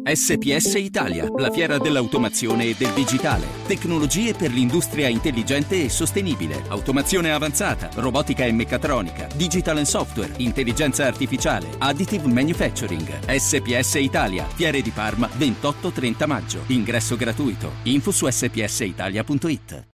SPS Italia, la fiera dell'automazione e del digitale. Tecnologie per l'industria intelligente e sostenibile, automazione avanzata, robotica e meccatronica, digital and software, intelligenza artificiale, additive manufacturing. SPS Italia, Fiere di Parma, 28-30 maggio. Ingresso gratuito. Info su spsitalia.it.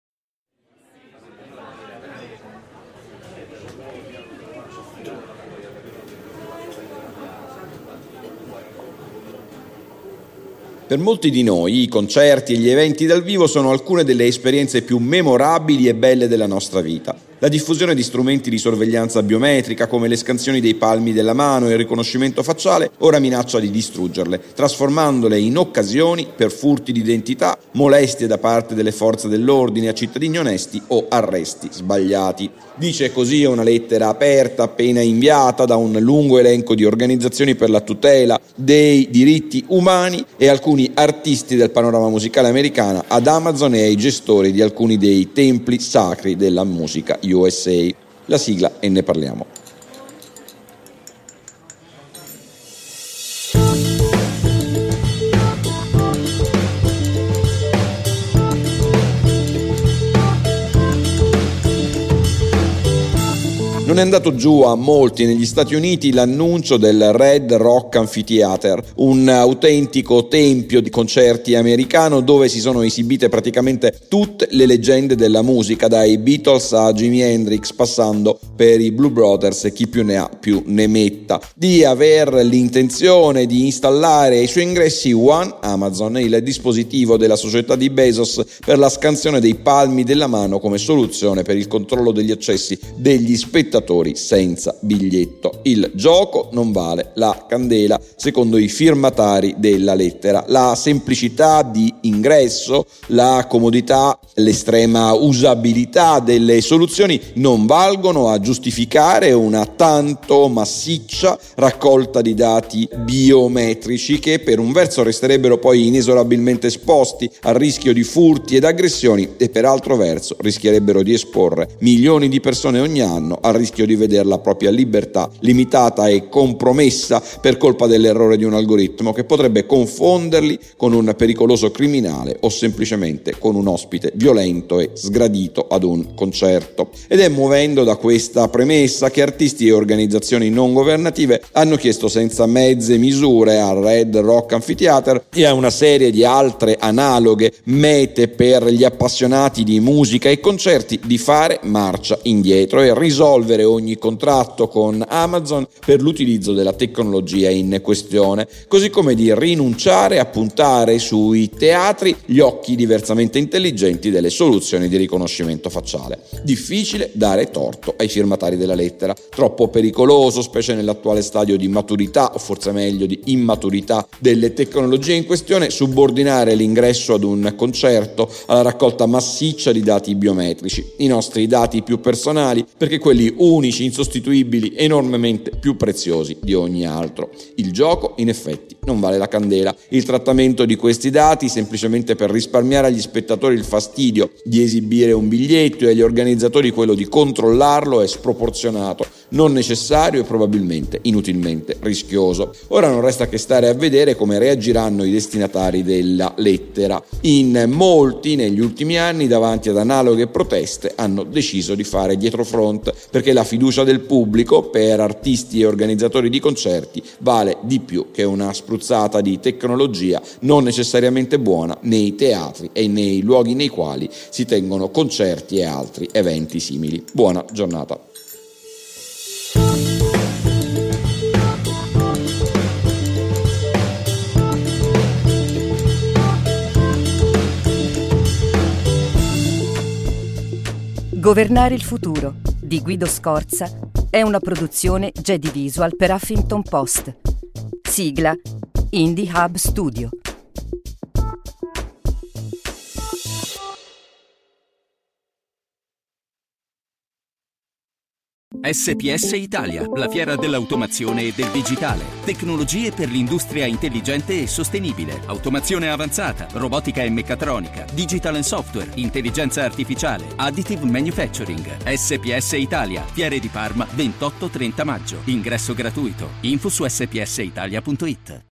Per molti di noi i concerti e gli eventi dal vivo sono alcune delle esperienze più memorabili e belle della nostra vita. La diffusione di strumenti di sorveglianza biometrica come le scansioni dei palmi della mano e il riconoscimento facciale ora minaccia di distruggerle, trasformandole in occasioni per furti di identità, molestie da parte delle forze dell'ordine a cittadini onesti o arresti sbagliati. Dice così una lettera aperta appena inviata da un lungo elenco di organizzazioni per la tutela dei diritti umani e alcuni artisti del panorama musicale americano ad Amazon e ai gestori di alcuni dei templi sacri della musica USA. La sigla e ne parliamo. Non è andato giù a molti negli Stati Uniti l'annuncio del Red Rock Amphitheater, un autentico tempio di concerti americano dove si sono esibite praticamente tutte le leggende della musica, dai Beatles a Jimi Hendrix, passando per i Blue Brothers e chi più ne ha più ne metta. Di aver l'intenzione di installare ai suoi ingressi One Amazon, il dispositivo della società di Bezos per la scansione dei palmi della mano come soluzione per il controllo degli accessi degli spettatori senza biglietto. Il gioco non vale la candela, secondo i firmatari della lettera. La semplicità di ingresso, la comodità, l'estrema usabilità delle soluzioni non valgono a giustificare una tanto massiccia raccolta di dati biometrici che per un verso resterebbero poi inesorabilmente esposti al rischio di furti ed aggressioni e per altro verso rischierebbero di esporre milioni di persone ogni anno al rischio di vedere la propria libertà limitata e compromessa per colpa dell'errore di un algoritmo che potrebbe confonderli con un pericoloso criminale o semplicemente con un ospite violento e sgradito ad un concerto. Ed è muovendo da questa premessa che artisti e organizzazioni non governative hanno chiesto senza mezze misure al Red Rock Amphitheater e a una serie di altre analoghe mete per gli appassionati di musica e concerti di fare marcia indietro e risolvere ogni contratto con Amazon per l'utilizzo della tecnologia in questione, così come di rinunciare a puntare sui teatri gli occhi diversamente intelligenti delle soluzioni di riconoscimento facciale. Difficile dare torto ai firmatari della lettera, troppo pericoloso, specie nell'attuale stadio di maturità o forse meglio di immaturità delle tecnologie in questione, subordinare l'ingresso ad un concerto alla raccolta massiccia di dati biometrici, i nostri dati più personali, perché quelli unici, insostituibili, enormemente più preziosi di ogni altro. Il gioco, in effetti, non vale la candela. Il trattamento di questi dati, semplicemente per risparmiare agli spettatori il fastidio di esibire un biglietto e agli organizzatori quello di controllarlo, è sproporzionato, non necessario e probabilmente inutilmente rischioso. Ora non resta che stare a vedere come reagiranno i destinatari della lettera. In molti, negli ultimi anni, davanti ad analoghe proteste, hanno deciso di fare dietrofront, perché la fiducia del pubblico per artisti e organizzatori di concerti vale di più che una spruzzata di tecnologia non necessariamente buona nei teatri e nei luoghi nei quali si tengono concerti e altri eventi simili. Buona giornata. Governare il futuro di Guido Scorza è una produzione Jedi Visual per Huffington Post. Sigla Indie Hub Studio. SPS Italia, la fiera dell'automazione e del digitale. Tecnologie per l'industria intelligente e sostenibile, automazione avanzata, robotica e meccatronica, digital and software, intelligenza artificiale, additive manufacturing. SPS Italia, Fiere di Parma, 28-30 maggio. Ingresso gratuito. Info su spsitalia.it.